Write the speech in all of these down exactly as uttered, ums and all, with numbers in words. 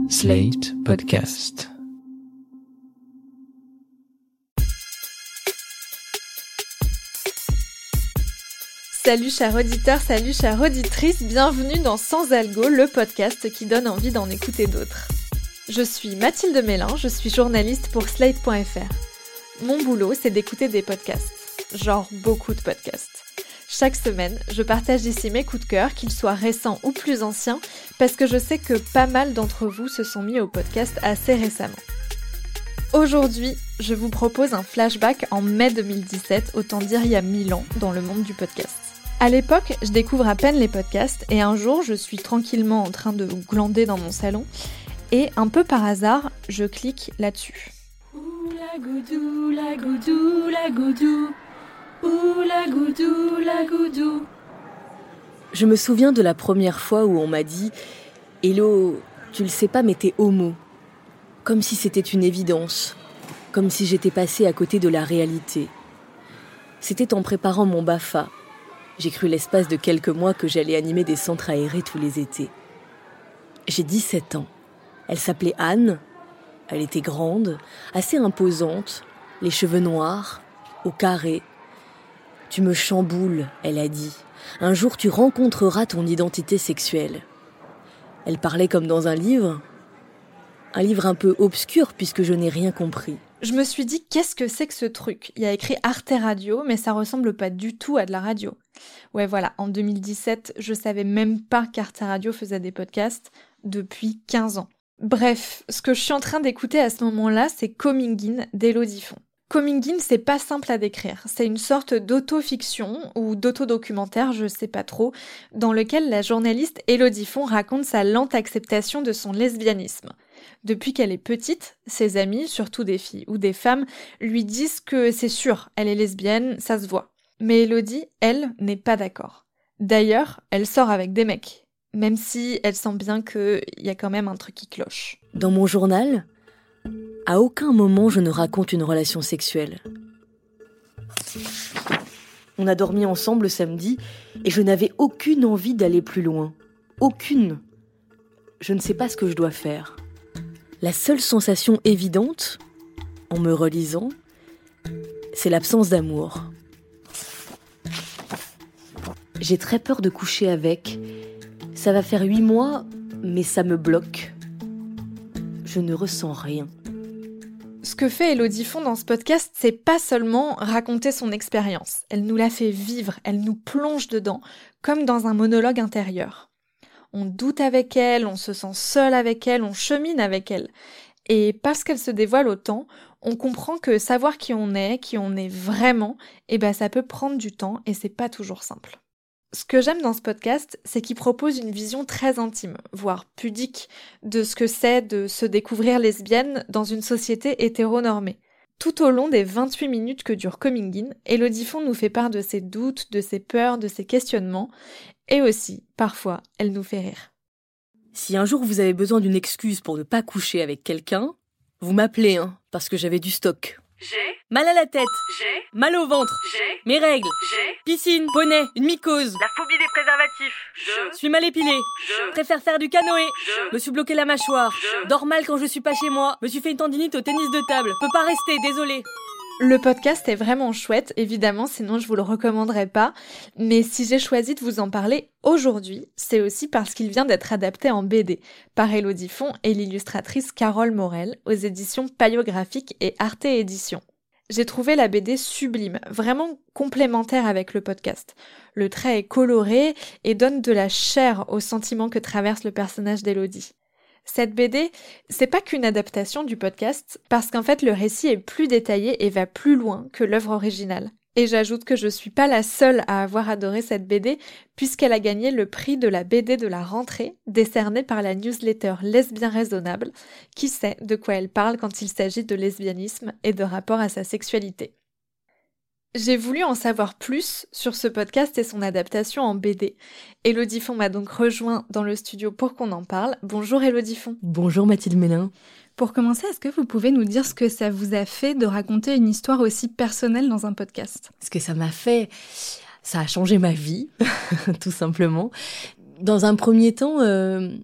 Slate Podcast. Salut chers auditeurs, salut chères auditrices, bienvenue dans Sans Algo, le podcast qui donne envie d'en écouter d'autres. Je suis Mathilde Mélin, je suis journaliste pour Slate point F R. Mon boulot, c'est d'écouter des podcasts, genre beaucoup de podcasts. Chaque semaine, je partage ici mes coups de cœur, qu'ils soient récents ou plus anciens, parce que je sais que pas mal d'entre vous se sont mis au podcast assez récemment. Aujourd'hui, je vous propose un flashback en mai deux mille dix-sept, autant dire il y a mille ans, dans le monde du podcast. À l'époque, je découvre à peine les podcasts, et un jour, je suis tranquillement en train de glander dans mon salon, et un peu par hasard, je clique là-dessus. Ouh la goudou, la goudou, la goudou. Ouh la goudou, la goudou. Je me souviens de la première fois où on m'a dit « Hello, tu le sais pas mais t'es homo ». Comme si c'était une évidence, comme si j'étais passée à côté de la réalité. C'était en préparant mon B A F A. J'ai cru l'espace de quelques mois que j'allais animer des centres aérés tous les étés. J'ai dix-sept ans. Elle s'appelait Anne. Elle était grande, assez imposante, les cheveux noirs, au carré. « Tu me chamboules », elle a dit. « Un jour, tu rencontreras ton identité sexuelle. » Elle parlait comme dans un livre. Un livre un peu obscur puisque je n'ai rien compris. Je me suis dit, qu'est-ce que c'est que ce truc ? Il y a écrit Arte Radio, mais ça ressemble pas du tout à de la radio. Ouais, voilà, en deux mille dix-sept, je savais même pas qu'Arte Radio faisait des podcasts depuis quinze ans. Bref, ce que je suis en train d'écouter à ce moment-là, c'est Coming In d'Élodie Font. Coming In, c'est pas simple à décrire. C'est une sorte d'auto-fiction ou d'auto-documentaire, je sais pas trop, dans lequel la journaliste Élodie Font raconte sa lente acceptation de son lesbianisme. Depuis qu'elle est petite, ses amis, surtout des filles ou des femmes, lui disent que c'est sûr, elle est lesbienne, ça se voit. Mais Élodie, elle, n'est pas d'accord. D'ailleurs, elle sort avec des mecs, même si elle sent bien qu'il y a quand même un truc qui cloche. Dans mon journal, à aucun moment je ne raconte une relation sexuelle. On a dormi ensemble samedi et je n'avais aucune envie d'aller plus loin. Aucune. Je ne sais pas ce que je dois faire. La seule sensation évidente, en me relisant, c'est l'absence d'amour. J'ai très peur de coucher avec. Ça va faire huit mois, mais ça me bloque. Je ne ressens rien. Ce que fait Élodie Font dans ce podcast, c'est pas seulement raconter son expérience. Elle nous la fait vivre, elle nous plonge dedans, comme dans un monologue intérieur. On doute avec elle, on se sent seul avec elle, on chemine avec elle. Et parce qu'elle se dévoile autant, on comprend que savoir qui on est, qui on est vraiment, eh ben ça peut prendre du temps et c'est pas toujours simple. Ce que j'aime dans ce podcast, c'est qu'il propose une vision très intime, voire pudique, de ce que c'est de se découvrir lesbienne dans une société hétéronormée. Tout au long des vingt-huit minutes que dure Coming In, Élodie Font nous fait part de ses doutes, de ses peurs, de ses questionnements, et aussi, parfois, elle nous fait rire. Si un jour vous avez besoin d'une excuse pour ne pas coucher avec quelqu'un, vous m'appelez, hein, parce que j'avais du stock. J'ai, Mal à la tête, j'ai, mal au ventre, j'ai, mes règles, j'ai, piscine, poney, une mycose, la phobie des préservatifs. Je, suis mal épilé, je, préfère faire du canoë, je, me suis bloqué la mâchoire, je, dors mal quand je suis pas chez moi, me suis fait une tendinite au tennis de table, peux pas rester, désolé. Le podcast est vraiment chouette, évidemment, sinon je vous le recommanderais pas. Mais si j'ai choisi de vous en parler aujourd'hui, c'est aussi parce qu'il vient d'être adapté en B D par Élodie Font et l'illustratrice Carole Morel aux éditions Paléographique et Arte Éditions. J'ai trouvé la B D sublime, vraiment complémentaire avec le podcast. Le trait est coloré et donne de la chair aux sentiments que traverse le personnage d'Élodie. Cette B D, c'est pas qu'une adaptation du podcast, parce qu'en fait le récit est plus détaillé et va plus loin que l'œuvre originale. Et j'ajoute que je suis pas la seule à avoir adoré cette B D, puisqu'elle a gagné le prix de la B D de la rentrée, décerné par la newsletter Lesbien Raisonnable, qui sait de quoi elle parle quand il s'agit de lesbianisme et de rapport à sa sexualité. J'ai voulu en savoir plus sur ce podcast et son adaptation en B D. Élodie Font m'a donc rejoint dans le studio pour qu'on en parle. Bonjour Élodie Font. Bonjour Mathilde Mélin. Pour commencer, est-ce que vous pouvez nous dire ce que ça vous a fait de raconter une histoire aussi personnelle dans un podcast ? Ce que ça m'a fait, ça a changé ma vie, tout simplement. Dans un premier temps, euh,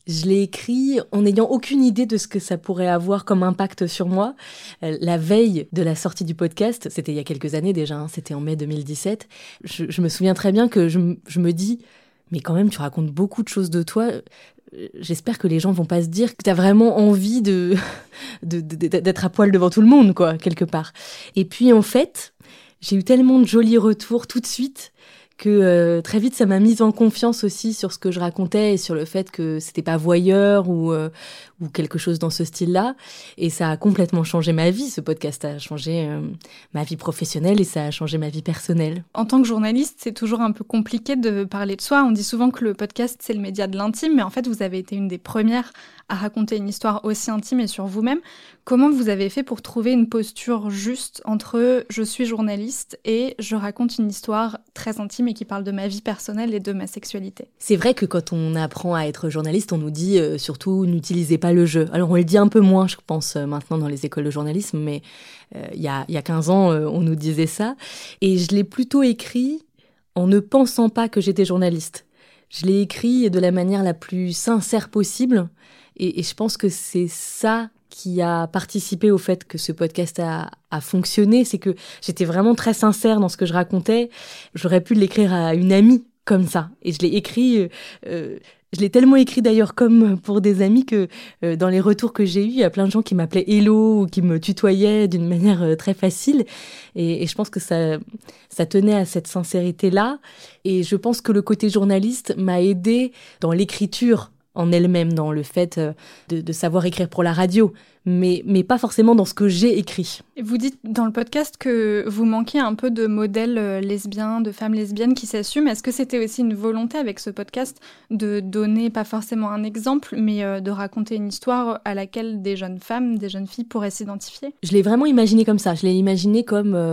Je l'ai écrit en n'ayant aucune idée de ce que ça pourrait avoir comme impact sur moi. Euh, la veille de la sortie du podcast, c'était il y a quelques années déjà, hein, c'était en mai deux mille dix-sept, je, je me souviens très bien que je, je me dis, mais quand même, tu racontes beaucoup de choses de toi. J'espère que les gens vont pas se dire que tu as vraiment envie de, de, de, d'être à poil devant tout le monde, quoi, quelque part. Et puis, en fait, j'ai eu tellement de jolis retours tout de suite que euh, très vite, ça m'a mise en confiance aussi sur ce que je racontais et sur le fait que c'était pas voyeur ou, euh, ou quelque chose dans ce style-là. Et ça a complètement changé ma vie, ce podcast a changé euh, ma vie professionnelle et ça a changé ma vie personnelle. En tant que journaliste, c'est toujours un peu compliqué de parler de soi. On dit souvent que le podcast, c'est le média de l'intime, mais en fait, vous avez été une des premières à raconter une histoire aussi intime et sur vous-même. Comment vous avez fait pour trouver une posture juste entre « je suis journaliste » et « je raconte une histoire très intime et qui parle de ma vie personnelle et de ma sexualité ». C'est vrai que quand on apprend à être journaliste, on nous dit euh, surtout « n'utilisez pas le jeu ». Alors on le dit un peu moins, je pense, euh, maintenant dans les écoles de journalisme, mais euh, il y a, y a quinze ans, euh, on nous disait ça. Et je l'ai plutôt écrit en ne pensant pas que j'étais journaliste. Je l'ai écrit de la manière la plus sincère possible. Et, et je pense que c'est ça qui a participé au fait que ce podcast a, a fonctionné. C'est que j'étais vraiment très sincère dans ce que je racontais. J'aurais pu l'écrire à une amie comme ça. Et je l'ai écrit... Euh, je l'ai tellement écrit d'ailleurs comme pour des amis que euh, dans les retours que j'ai eus, il y a plein de gens qui m'appelaient Hello ou qui me tutoyaient d'une manière euh, très facile. Et, et je pense que ça, ça tenait à cette sincérité-là. Et je pense que le côté journaliste m'a aidée dans l'écriture en elle-même, dans le fait de, de savoir écrire pour la radio, mais, mais pas forcément dans ce que j'ai écrit. Vous dites dans le podcast que vous manquiez un peu de modèles lesbiens, de femmes lesbiennes qui s'assument. Est-ce que c'était aussi une volonté avec ce podcast de donner, pas forcément un exemple, mais de raconter une histoire à laquelle des jeunes femmes, des jeunes filles pourraient s'identifier ? Je l'ai vraiment imaginé comme ça. Je l'ai imaginé comme euh,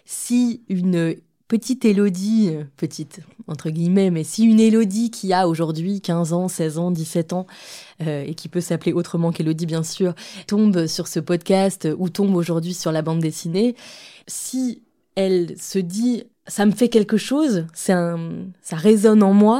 si une... petite Élodie, petite entre guillemets, mais si une Élodie qui a aujourd'hui quinze ans, seize ans, dix-sept ans, euh, et qui peut s'appeler autrement qu'Élodie bien sûr, tombe sur ce podcast ou tombe aujourd'hui sur la bande dessinée, si elle se dit « ça me fait quelque chose, c'est un, ça résonne en moi »,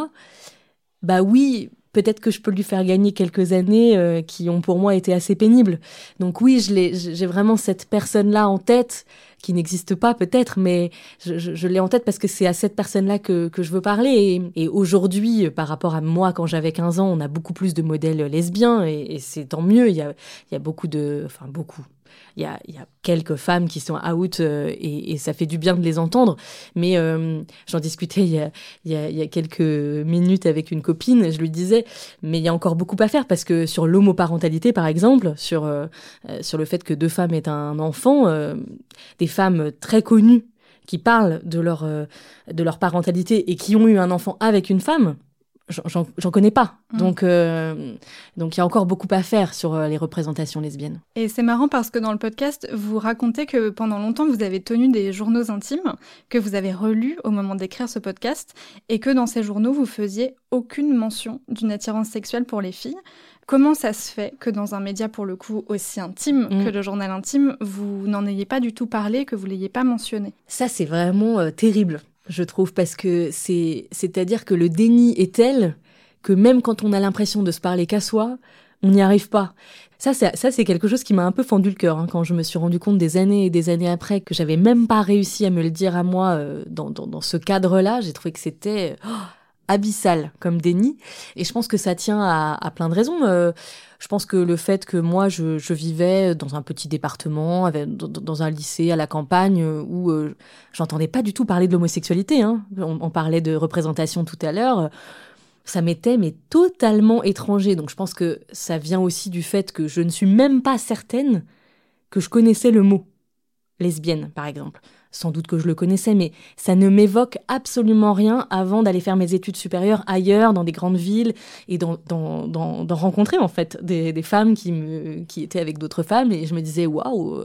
bah oui, peut-être que je peux lui faire gagner quelques années euh, qui ont pour moi été assez pénibles. Donc oui, je l'ai, j'ai vraiment cette personne-là en tête, qui n'existe pas peut-être, mais je, je, je l'ai en tête parce que c'est à cette personne-là que, que je veux parler. Et, et aujourd'hui, par rapport à moi, quand j'avais quinze ans, on a beaucoup plus de modèles lesbiens, et, et c'est tant mieux. Il y a, il y a beaucoup de... Enfin, beaucoup... Il y a, il y a quelques femmes qui sont out euh, et, et ça fait du bien de les entendre. Mais euh, j'en discutais il y, a, il, y a, il y a quelques minutes avec une copine. Je lui disais, mais il y a encore beaucoup à faire parce que sur l'homoparentalité, par exemple, sur, euh, sur le fait que deux femmes aient un enfant, euh, des femmes très connues qui parlent de leur, euh, de leur parentalité et qui ont eu un enfant avec une femme, J'en, j'en connais pas. Mmh. Donc, euh, donc il y a encore beaucoup à faire sur euh, les représentations lesbiennes. Et c'est marrant parce que dans le podcast, vous racontez que pendant longtemps, vous avez tenu des journaux intimes que vous avez relus au moment d'écrire ce podcast et que dans ces journaux, vous faisiez aucune mention d'une attirance sexuelle pour les filles. Comment ça se fait que dans un média, pour le coup, aussi intime mmh. que le journal intime, vous n'en ayez pas du tout parlé, que vous ne l'ayez pas mentionné ? Ça, c'est vraiment euh, terrible. Je trouve, parce que c'est, c'est-à-dire que le déni est tel que même quand on a l'impression de se parler qu'à soi, on n'y arrive pas. Ça, c'est, ça, c'est quelque chose qui m'a un peu fendu le cœur, hein, quand je me suis rendu compte des années et des années après que j'avais même pas réussi à me le dire à moi euh, dans, dans, dans ce cadre-là. J'ai trouvé que c'était oh, abyssal comme déni. Et je pense que ça tient à, à plein de raisons. Euh, Je pense que le fait que moi, je, je vivais dans un petit département, avec, dans, dans un lycée à la campagne, où euh, j'entendais pas du tout parler de l'homosexualité, hein. On, on parlait de représentation tout à l'heure. Ça m'était mais totalement étranger. Donc je pense que ça vient aussi du fait que je ne suis même pas certaine que je connaissais le mot lesbienne, par exemple. Sans doute que je le connaissais, mais ça ne m'évoque absolument rien avant d'aller faire mes études supérieures ailleurs, dans des grandes villes, et d'en, d'en, d'en, d'en rencontrer, en fait, des, des femmes qui, me, qui étaient avec d'autres femmes, et je me disais, waouh,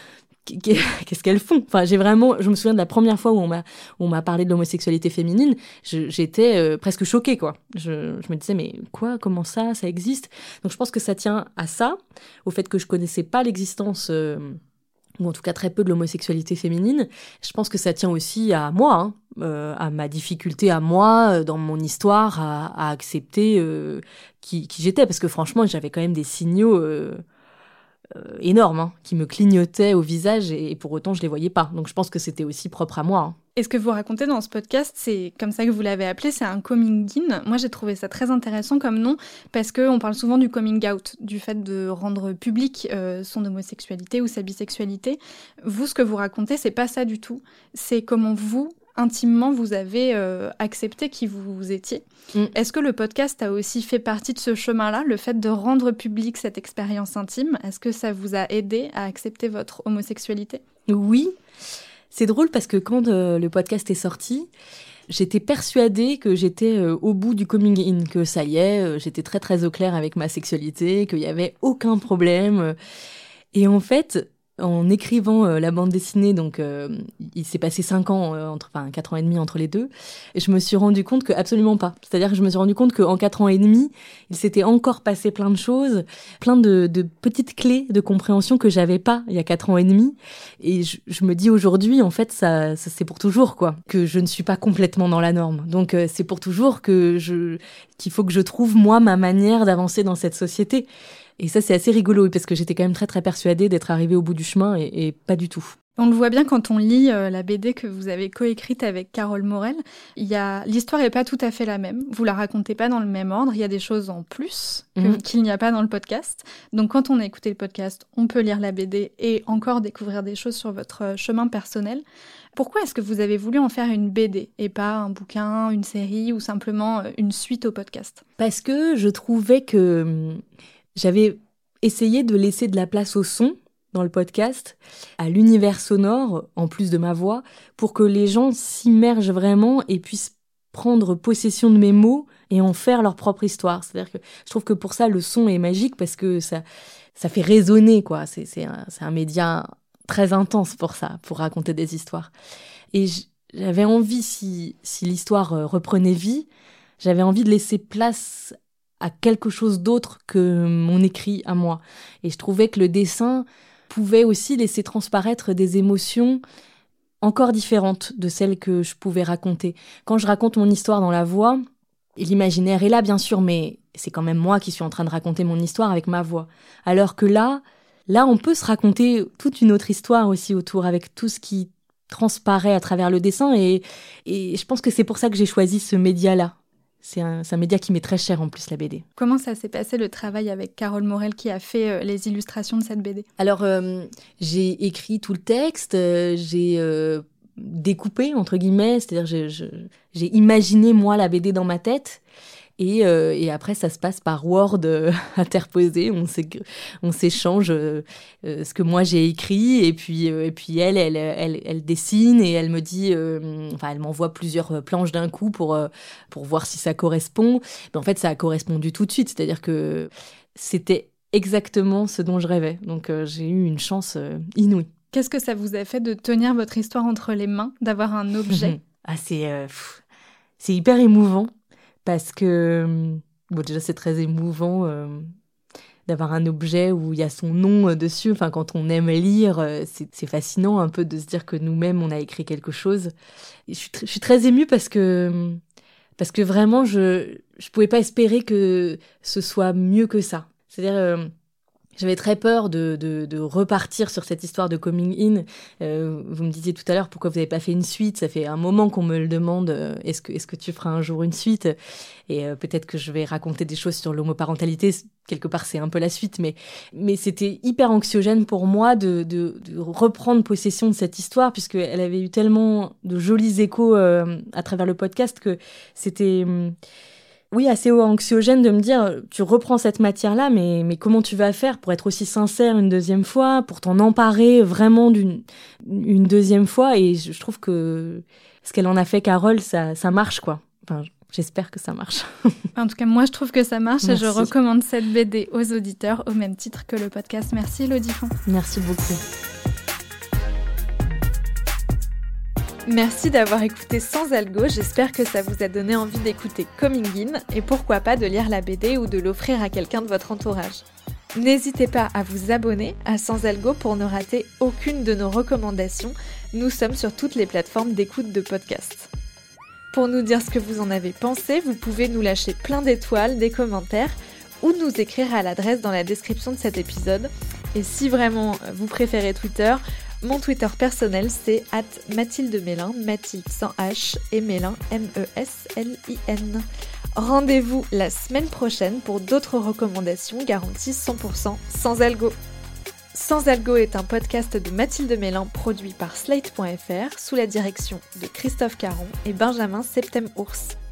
qu'est-ce qu'elles font ? Enfin, j'ai vraiment, je me souviens de la première fois où on m'a, où on m'a parlé de l'homosexualité féminine, je, j'étais euh, presque choquée, quoi. Je, je me disais, mais quoi, comment ça, ça existe ? Donc je pense que ça tient à ça, au fait que je connaissais pas l'existence... Euh, ou en tout cas très peu de l'homosexualité féminine. Je pense que ça tient aussi à moi, hein, euh, à ma difficulté à moi, dans mon histoire, à, à accepter euh, qui, qui j'étais. Parce que franchement, j'avais quand même des signaux euh, euh, énormes hein, qui me clignotaient au visage et, et pour autant, je les voyais pas. Donc je pense que c'était aussi propre à moi. Hein. Et ce que vous racontez dans ce podcast, c'est comme ça que vous l'avez appelé, c'est un coming in. Moi, j'ai trouvé ça très intéressant comme nom parce qu'on parle souvent du coming out, du fait de rendre public euh, son homosexualité ou sa bisexualité. Vous, ce que vous racontez, c'est pas ça du tout. C'est comment vous, intimement, vous avez euh, accepté qui vous étiez. Mm. Est-ce que le podcast a aussi fait partie de ce chemin-là, le fait de rendre public cette expérience intime? Est-ce que ça vous a aidé à accepter votre homosexualité? Oui. C'est drôle parce que quand euh, le podcast est sorti, j'étais persuadée que j'étais euh, au bout du coming in, que ça y est, euh, j'étais très très au clair avec ma sexualité, qu'il n'y avait aucun problème. Et en fait, en écrivant euh, la bande dessinée, donc euh, il s'est passé cinq ans, euh, entre, enfin quatre ans et demi entre les deux, et je me suis rendu compte que absolument pas. C'est-à-dire que je me suis rendu compte qu'en quatre ans et demi, il s'était encore passé plein de choses, plein de, de petites clés de compréhension que j'avais pas il y a quatre ans et demi. Et je, je me dis aujourd'hui, en fait, ça, ça c'est pour toujours, quoi, que je ne suis pas complètement dans la norme. Donc euh, c'est pour toujours que je, qu'il faut que je trouve moi ma manière d'avancer dans cette société. Et ça, c'est assez rigolo, parce que j'étais quand même très, très persuadée d'être arrivée au bout du chemin, et, et pas du tout. On le voit bien quand on lit euh, la B D que vous avez coécrite avec Carole Morel. Il y a... L'histoire n'est pas tout à fait la même. Vous la racontez pas dans le même ordre. Il y a des choses en plus que... mmh. qu'il n'y a pas dans le podcast. Donc, quand on a écouté le podcast, on peut lire la B D et encore découvrir des choses sur votre chemin personnel. Pourquoi est-ce que vous avez voulu en faire une B D et pas un bouquin, une série ou simplement une suite au podcast? Parce que je trouvais que... J'avais essayé de laisser de la place au son dans le podcast, à l'univers sonore, en plus de ma voix, pour que les gens s'immergent vraiment et puissent prendre possession de mes mots et en faire leur propre histoire. C'est-à-dire que je trouve que pour ça, le son est magique parce que ça, ça fait résonner, quoi. C'est, c'est, un, c'est un média très intense pour ça, pour raconter des histoires. Et j'avais envie, si, si l'histoire reprenait vie, j'avais envie de laisser place à quelque chose d'autre que mon écrit à moi. Et je trouvais que le dessin pouvait aussi laisser transparaître des émotions encore différentes de celles que je pouvais raconter. Quand je raconte mon histoire dans la voix, l'imaginaire est là, bien sûr, mais c'est quand même moi qui suis en train de raconter mon histoire avec ma voix. Alors que là, là, on peut se raconter toute une autre histoire aussi autour, avec tout ce qui transparaît à travers le dessin. Et, et je pense que c'est pour ça que j'ai choisi ce média-là. C'est un, c'est un média qui m'est très cher en plus, la B D. Comment ça s'est passé le travail avec Carole Morel qui a fait euh, les illustrations de cette B D? Alors, euh, j'ai écrit tout le texte, euh, j'ai euh, découpé, entre guillemets, c'est-à-dire j'ai, je, j'ai imaginé, moi, la B D dans ma tête. Et, euh, et après, ça se passe par Word euh, interposé. On, on s'échange euh, euh, ce que moi j'ai écrit. Et puis, euh, et puis elle, elle, elle, elle dessine et elle me dit... Euh, enfin, elle m'envoie plusieurs planches d'un coup pour, euh, pour voir si ça correspond. Mais en fait, ça a correspondu tout de suite. C'est-à-dire que c'était exactement ce dont je rêvais. Donc, euh, j'ai eu une chance euh, inouïe. Qu'est-ce que ça vous a fait de tenir votre histoire entre les mains, d'avoir un objet? Ah, c'est, euh, pff, c'est hyper émouvant. Parce que, bon, déjà, c'est très émouvant euh, d'avoir un objet où il y a son nom euh, dessus. Enfin, quand on aime lire, euh, c'est, c'est fascinant un peu de se dire que nous-mêmes, on a écrit quelque chose. Et je suis, tr- je suis très émue parce que, parce que vraiment, je ne pouvais pas espérer que ce soit mieux que ça. C'est-à-dire... Euh, J'avais très peur de, de, de repartir sur cette histoire de coming in. Euh, vous me disiez tout à l'heure pourquoi vous n'avez pas fait une suite. Ça fait un moment qu'on me le demande. Euh, est-ce que, est-ce que tu feras un jour une suite? Et euh, peut-être que je vais raconter des choses sur l'homoparentalité. Quelque part, c'est un peu la suite. Mais, mais c'était hyper anxiogène pour moi de, de, de reprendre possession de cette histoire puisqu'elle avait eu tellement de jolis échos euh, à travers le podcast que c'était... Hum, Oui, assez anxiogène de me dire, tu reprends cette matière-là, mais, mais comment tu vas faire pour être aussi sincère une deuxième fois, pour t'en emparer vraiment d'une une deuxième fois? Et je, je trouve que ce qu'elle en a fait, Carole, ça, ça marche, quoi. Enfin, j'espère que ça marche. En tout cas, moi, je trouve que ça marche. Merci. Et je recommande cette B D aux auditeurs au même titre que le podcast. Merci, Élodie Font. Merci beaucoup. Merci d'avoir écouté Sans Algo, j'espère que ça vous a donné envie d'écouter Coming In et pourquoi pas de lire la B D ou de l'offrir à quelqu'un de votre entourage. N'hésitez pas à vous abonner à Sans Algo pour ne rater aucune de nos recommandations. Nous sommes sur toutes les plateformes d'écoute de podcasts. Pour nous dire ce que vous en avez pensé, vous pouvez nous lâcher plein d'étoiles, des commentaires ou nous écrire à l'adresse dans la description de cet épisode. Et si vraiment vous préférez Twitter, mon Twitter personnel c'est arobase Mathilde Mélin, Mathilde sans H et Mélin M E S L I N. Rendez-vous la semaine prochaine pour d'autres recommandations garanties cent pour cent sans algo. Sans Algo est un podcast de Mathilde Mélin produit par Slate point F R sous la direction de Christophe Caron et Benjamin Septem-Ours.